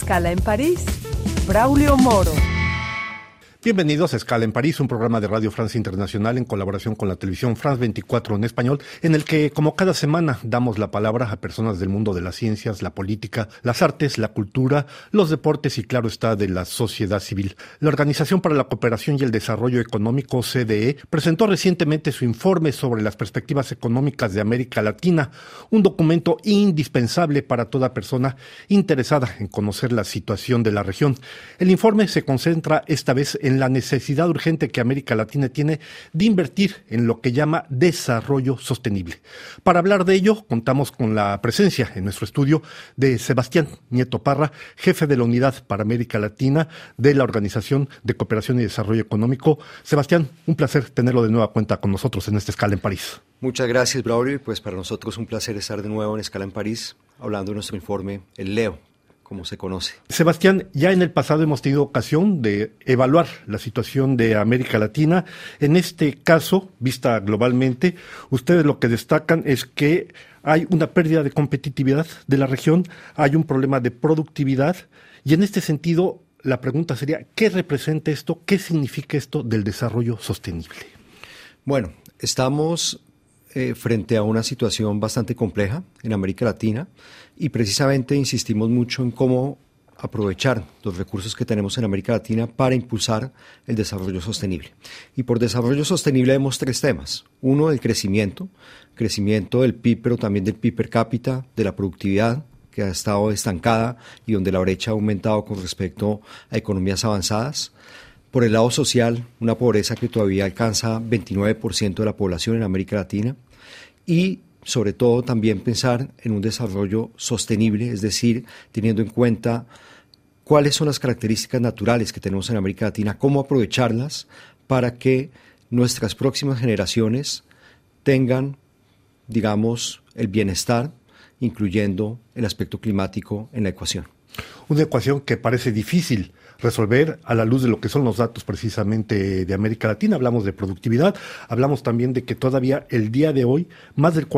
Escala en París, Braulio Moro. Bienvenidos a Escala en París, un programa de Radio France Internacional en colaboración con la televisión France 24 en español, en el que, como cada semana, damos la palabra a personas del mundo de las ciencias, la política, las artes, la cultura, los deportes y, claro está, de la sociedad civil. La Organización para la Cooperación y el Desarrollo Económico, OCDE, presentó recientemente su informe sobre las perspectivas económicas de América Latina, un documento indispensable para toda persona interesada en conocer la situación de la región. El informe se concentra esta vez en la necesidad urgente que América Latina tiene de invertir en lo que llama desarrollo sostenible. Para hablar de ello, contamos con la presencia en nuestro estudio de Sebastián Nieto Parra, jefe de la Unidad para América Latina de la Organización de Cooperación y Desarrollo Económico. Sebastián, un placer tenerlo de nueva cuenta con nosotros en esta Escala en París. Muchas gracias, Braulio. Pues para nosotros es un placer estar de nuevo en Escala en París, hablando de nuestro informe, el Leo, como se conoce. Sebastián, ya en el pasado hemos tenido ocasión de evaluar la situación de América Latina. En este caso, vista globalmente, ustedes lo que destacan es que hay una pérdida de competitividad de la región, hay un problema de productividad, y en este sentido, la pregunta sería, ¿qué representa esto? ¿Qué significa esto del desarrollo sostenible? Bueno, estamos frente a una situación bastante compleja en América Latina y precisamente insistimos mucho en cómo aprovechar los recursos que tenemos en América Latina para impulsar el desarrollo sostenible. Y por desarrollo sostenible vemos tres temas. Uno, el crecimiento del PIB, pero también del PIB per cápita, de la productividad, que ha estado estancada y donde la brecha ha aumentado con respecto a economías avanzadas. Por el lado social, una pobreza que todavía alcanza 29% de la población en América Latina. Y sobre todo también pensar en un desarrollo sostenible, es decir, teniendo en cuenta cuáles son las características naturales que tenemos en América Latina, cómo aprovecharlas para que nuestras próximas generaciones tengan, digamos, el bienestar, incluyendo el aspecto climático en la ecuación. Una ecuación que parece difícil resolver a la luz de lo que son los datos precisamente de América Latina. Hablamos de productividad, hablamos también de que todavía el día de hoy más del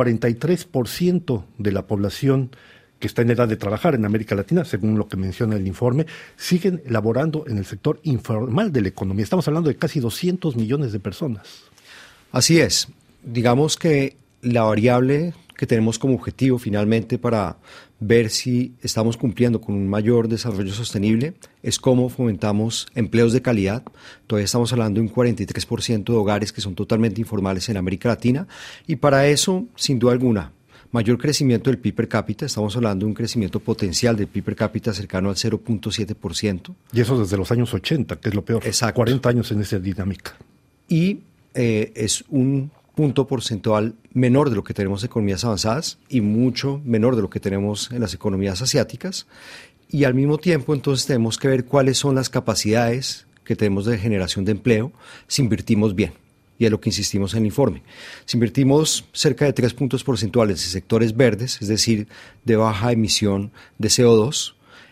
43% de la población que está en edad de trabajar en América Latina, según lo que menciona el informe, siguen laborando en el sector informal de la economía. Estamos hablando de casi 200 millones de personas. Así es. Digamos que la variable que tenemos como objetivo finalmente para ver si estamos cumpliendo con un mayor desarrollo sostenible es cómo fomentamos empleos de calidad. Todavía estamos hablando de un 43% de hogares que son totalmente informales en América Latina y para eso, sin duda alguna, mayor crecimiento del PIB per cápita. Estamos hablando de un crecimiento potencial del PIB per cápita cercano al 0.7%. Y eso desde los años 80, que es lo peor. Exacto. 40 años en esa dinámica. Y es un punto porcentual menor de lo que tenemos en economías avanzadas y mucho menor de lo que tenemos en las economías asiáticas. Y al mismo tiempo, entonces, tenemos que ver cuáles son las capacidades que tenemos de generación de empleo si invertimos bien. Y es lo que insistimos en el informe. Si invertimos cerca de 3 puntos porcentuales en sectores verdes, es decir, de baja emisión de CO2,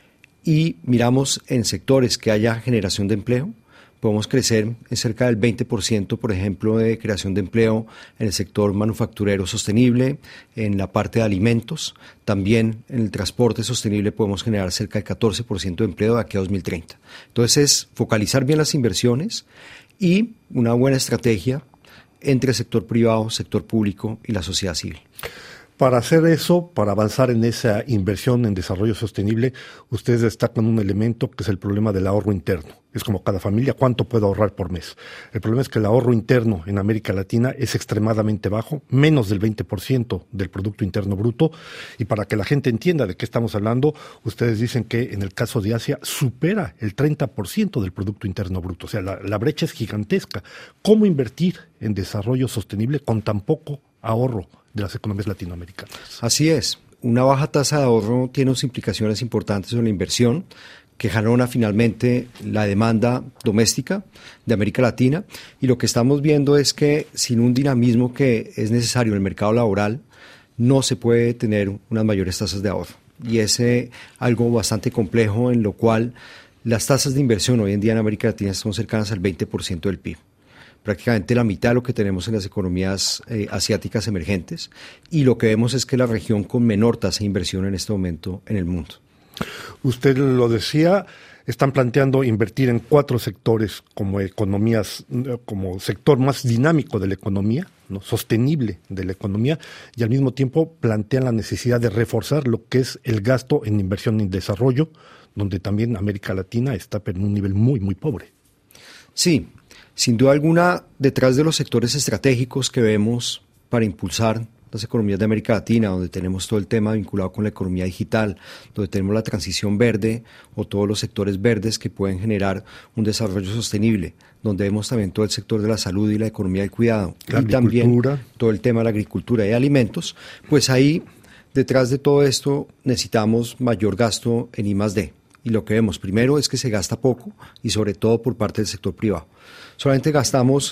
y miramos en sectores que haya generación de empleo, podemos crecer en cerca del 20%, por ejemplo, de creación de empleo en el sector manufacturero sostenible, en la parte de alimentos. También en el transporte sostenible podemos generar cerca del 14% de empleo de aquí a 2030. Entonces es focalizar bien las inversiones y una buena estrategia entre el sector privado, sector público y la sociedad civil. Para hacer eso, para avanzar en esa inversión en desarrollo sostenible, ustedes destacan un elemento que es el problema del ahorro interno. Es como cada familia, ¿cuánto puede ahorrar por mes? El problema es que el ahorro interno en América Latina es extremadamente bajo, menos del 20% del Producto Interno Bruto. Y para que la gente entienda de qué estamos hablando, ustedes dicen que en el caso de Asia supera el 30% del Producto Interno Bruto. O sea, la brecha es gigantesca. ¿Cómo invertir en desarrollo sostenible con tan poco ahorro de las economías latinoamericanas? Así es. Una baja tasa de ahorro tiene unas implicaciones importantes sobre la inversión que jalona finalmente la demanda doméstica de América Latina y lo que estamos viendo es que sin un dinamismo que es necesario en el mercado laboral no se puede tener unas mayores tasas de ahorro y es algo bastante complejo en lo cual las tasas de inversión hoy en día en América Latina son cercanas al 20% del PIB. Prácticamente la mitad de lo que tenemos en las economías asiáticas emergentes y lo que vemos es que la región con menor tasa de inversión en este momento en el mundo. Usted lo decía, están planteando invertir en 4 sectores como economías, como sector más dinámico de la economía, ¿no? Sostenible de la economía, y al mismo tiempo plantean la necesidad de reforzar lo que es el gasto en inversión y desarrollo, donde también América Latina está en un nivel muy, muy pobre. Sí, sin duda alguna, detrás de los sectores estratégicos que vemos para impulsar las economías de América Latina, donde tenemos todo el tema vinculado con la economía digital, donde tenemos la transición verde o todos los sectores verdes que pueden generar un desarrollo sostenible, donde vemos también todo el sector de la salud y la economía del cuidado, y también todo el tema de la agricultura y alimentos, pues ahí, detrás de todo esto, necesitamos mayor gasto en I+D. Y lo que vemos primero es que se gasta poco y sobre todo por parte del sector privado. Solamente gastamos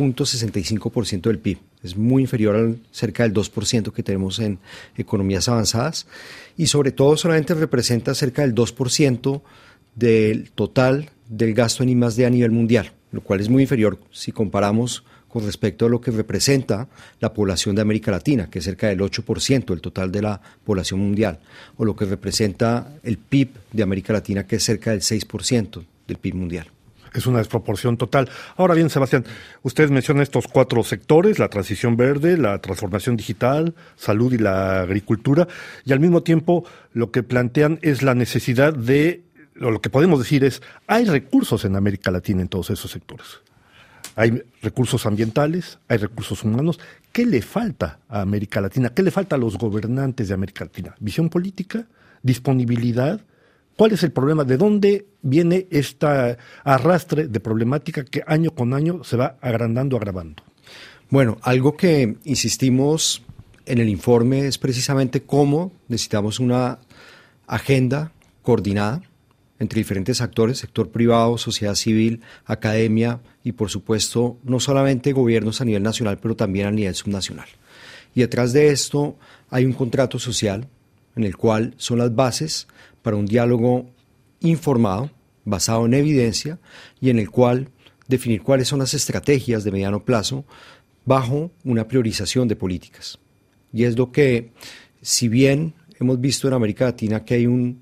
0.65% del PIB. Es muy inferior al cerca del 2% que tenemos en economías avanzadas y sobre todo solamente representa cerca del 2% del total del gasto en I+D a nivel mundial, lo cual es muy inferior si comparamos con respecto a lo que representa la población de América Latina, que es cerca del 8% del total de la población mundial, o lo que representa el PIB de América Latina, que es cerca del 6% del PIB mundial. Es una desproporción total. Ahora bien, Sebastián, ustedes mencionan estos 4 sectores, la transición verde, la transformación digital, salud y la agricultura, y al mismo tiempo lo que plantean es la necesidad de, o lo que podemos decir es, hay recursos en América Latina en todos esos sectores. Hay recursos ambientales, hay recursos humanos. ¿Qué le falta a América Latina? ¿Qué le falta a los gobernantes de América Latina? ¿Visión política? ¿Disponibilidad? ¿Cuál es el problema? ¿De dónde viene este arrastre de problemática que año con año se va agrandando, agravando? Bueno, algo que insistimos en el informe es precisamente cómo necesitamos una agenda coordinada entre diferentes actores, sector privado, sociedad civil, academia y, por supuesto, no solamente gobiernos a nivel nacional, pero también a nivel subnacional. Y detrás de esto hay un contrato social en el cual son las bases para un diálogo informado, basado en evidencia, y en el cual definir cuáles son las estrategias de mediano plazo bajo una priorización de políticas. Y es lo que, si bien hemos visto en América Latina que hay un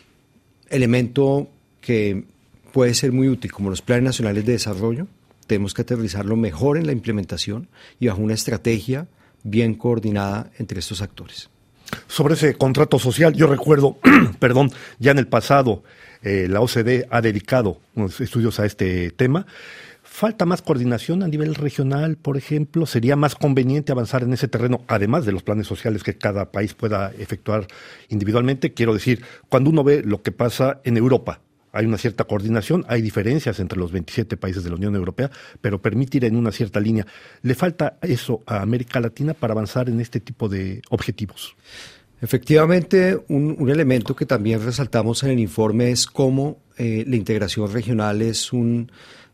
elemento que puede ser muy útil, como los planes nacionales de desarrollo, tenemos que aterrizarlo mejor en la implementación y bajo una estrategia bien coordinada entre estos actores. Sobre ese contrato social, yo recuerdo, ya en el pasado la OCDE ha dedicado unos estudios a este tema. ¿Falta más coordinación a nivel regional, por ejemplo? ¿Sería más conveniente avanzar en ese terreno, además de los planes sociales que cada país pueda efectuar individualmente? Quiero decir, cuando uno ve lo que pasa en Europa, hay una cierta coordinación, hay diferencias entre los 27 países de la Unión Europea, pero permite ir en una cierta línea. ¿Le falta eso a América Latina para avanzar en este tipo de objetivos? Efectivamente, un elemento que también resaltamos en el informe es cómo la integración regional es una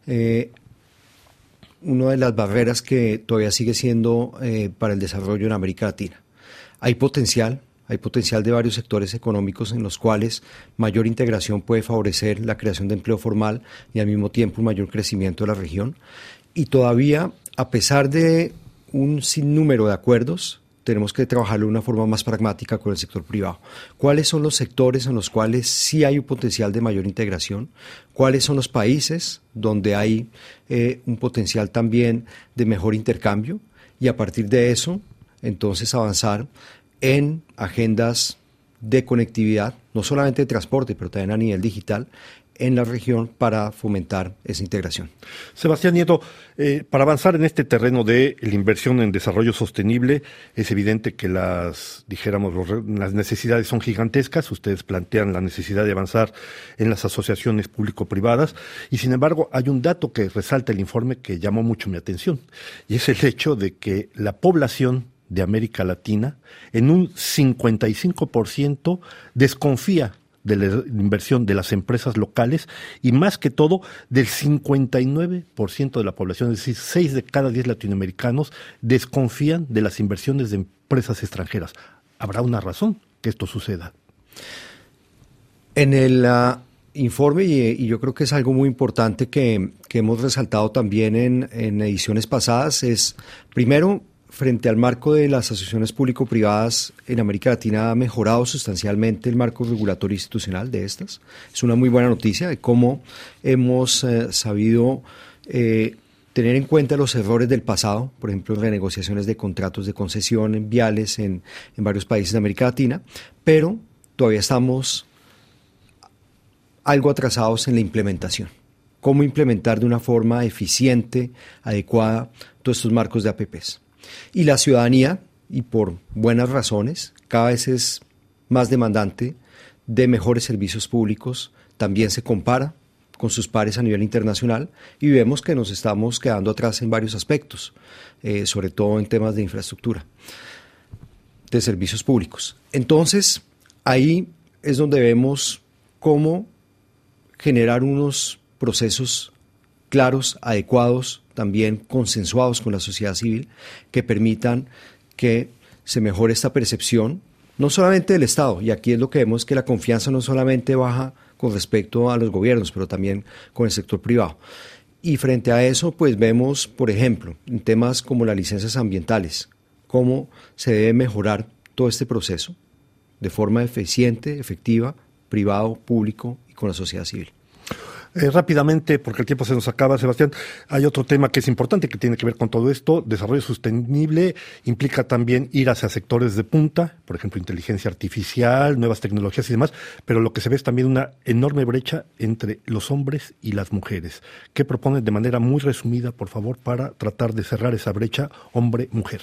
de las barreras que todavía sigue siendo para el desarrollo en América Latina. Hay potencial de varios sectores económicos en los cuales mayor integración puede favorecer la creación de empleo formal y al mismo tiempo un mayor crecimiento de la región. Y todavía, a pesar de un sinnúmero de acuerdos, tenemos que trabajarlo de una forma más pragmática con el sector privado. ¿Cuáles son los sectores en los cuales sí hay un potencial de mayor integración? ¿Cuáles son los países donde hay un potencial también de mejor intercambio? Y a partir de eso, entonces avanzar en agendas de conectividad, no solamente de transporte, pero también a nivel digital, en la región para fomentar esa integración. Sebastián Nieto, para avanzar en este terreno de la inversión en desarrollo sostenible, es evidente que las necesidades son gigantescas. Ustedes plantean la necesidad de avanzar en las asociaciones público-privadas y, sin embargo, hay un dato que resalta el informe que llamó mucho mi atención, y es el hecho de que la población de América Latina en un 55% desconfía de la inversión de las empresas locales y, más que todo, del 59% de la población, es decir, 6 de cada 10 latinoamericanos desconfían de las inversiones de empresas extranjeras. ¿Habrá una razón que esto suceda? En el informe, y yo creo que es algo muy importante que hemos resaltado también en ediciones pasadas, es, primero, frente al marco de las asociaciones público-privadas en América Latina ha mejorado sustancialmente el marco regulatorio institucional de estas. Es una muy buena noticia de cómo hemos sabido tener en cuenta los errores del pasado, por ejemplo, en renegociaciones de contratos de concesión en viales en varios países de América Latina, pero todavía estamos algo atrasados en la implementación. Cómo implementar de una forma eficiente, adecuada, todos estos marcos de APPs. Y la ciudadanía, y por buenas razones, cada vez es más demandante de mejores servicios públicos, también se compara con sus pares a nivel internacional y vemos que nos estamos quedando atrás en varios aspectos, sobre todo en temas de infraestructura, de servicios públicos. Entonces, ahí es donde vemos cómo generar unos procesos claros, adecuados, también consensuados con la sociedad civil, que permitan que se mejore esta percepción, no solamente del Estado, y aquí es lo que vemos que la confianza no solamente baja con respecto a los gobiernos, pero también con el sector privado. Y frente a eso, pues vemos, por ejemplo, en temas como las licencias ambientales, cómo se debe mejorar todo este proceso de forma eficiente, efectiva, privado, público y con la sociedad civil. Rápidamente, porque el tiempo se nos acaba, Sebastián, hay otro tema que es importante que tiene que ver con todo esto. Desarrollo sostenible implica también ir hacia sectores de punta, por ejemplo, inteligencia artificial, nuevas tecnologías y demás, pero lo que se ve es también una enorme brecha entre los hombres y las mujeres. ¿Qué proponen de manera muy resumida, por favor, para tratar de cerrar esa brecha hombre-mujer?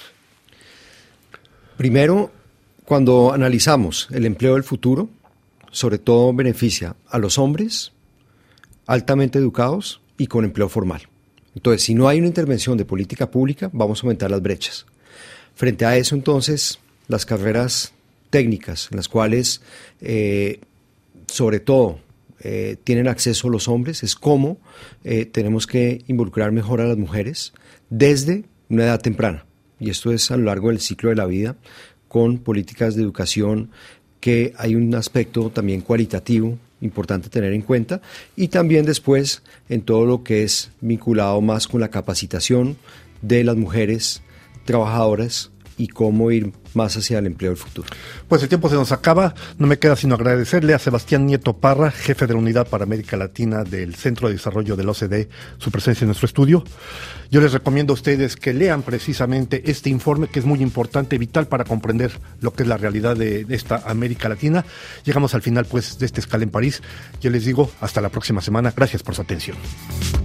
Primero, cuando analizamos el empleo del futuro, sobre todo beneficia a los hombres altamente educados y con empleo formal. Entonces, si no hay una intervención de política pública, vamos a aumentar las brechas. Frente a eso, entonces, las carreras técnicas, en las cuales, sobre todo, tienen acceso los hombres, es cómo tenemos que involucrar mejor a las mujeres desde una edad temprana. Y esto es a lo largo del ciclo de la vida, con políticas de educación, que hay un aspecto también cualitativo importante tener en cuenta, y también después en todo lo que es vinculado más con la capacitación de las mujeres trabajadoras y cómo ir más hacia el empleo del futuro. Pues el tiempo se nos acaba, no me queda sino agradecerle a Sebastián Nieto Parra, jefe de la Unidad para América Latina del Centro de Desarrollo del OCDE, su presencia en nuestro estudio. Yo les recomiendo a ustedes que lean precisamente este informe, que es muy importante, vital para comprender lo que es la realidad de esta América Latina. Llegamos al final pues de esta escala en París. Yo les digo hasta la próxima semana. Gracias por su atención.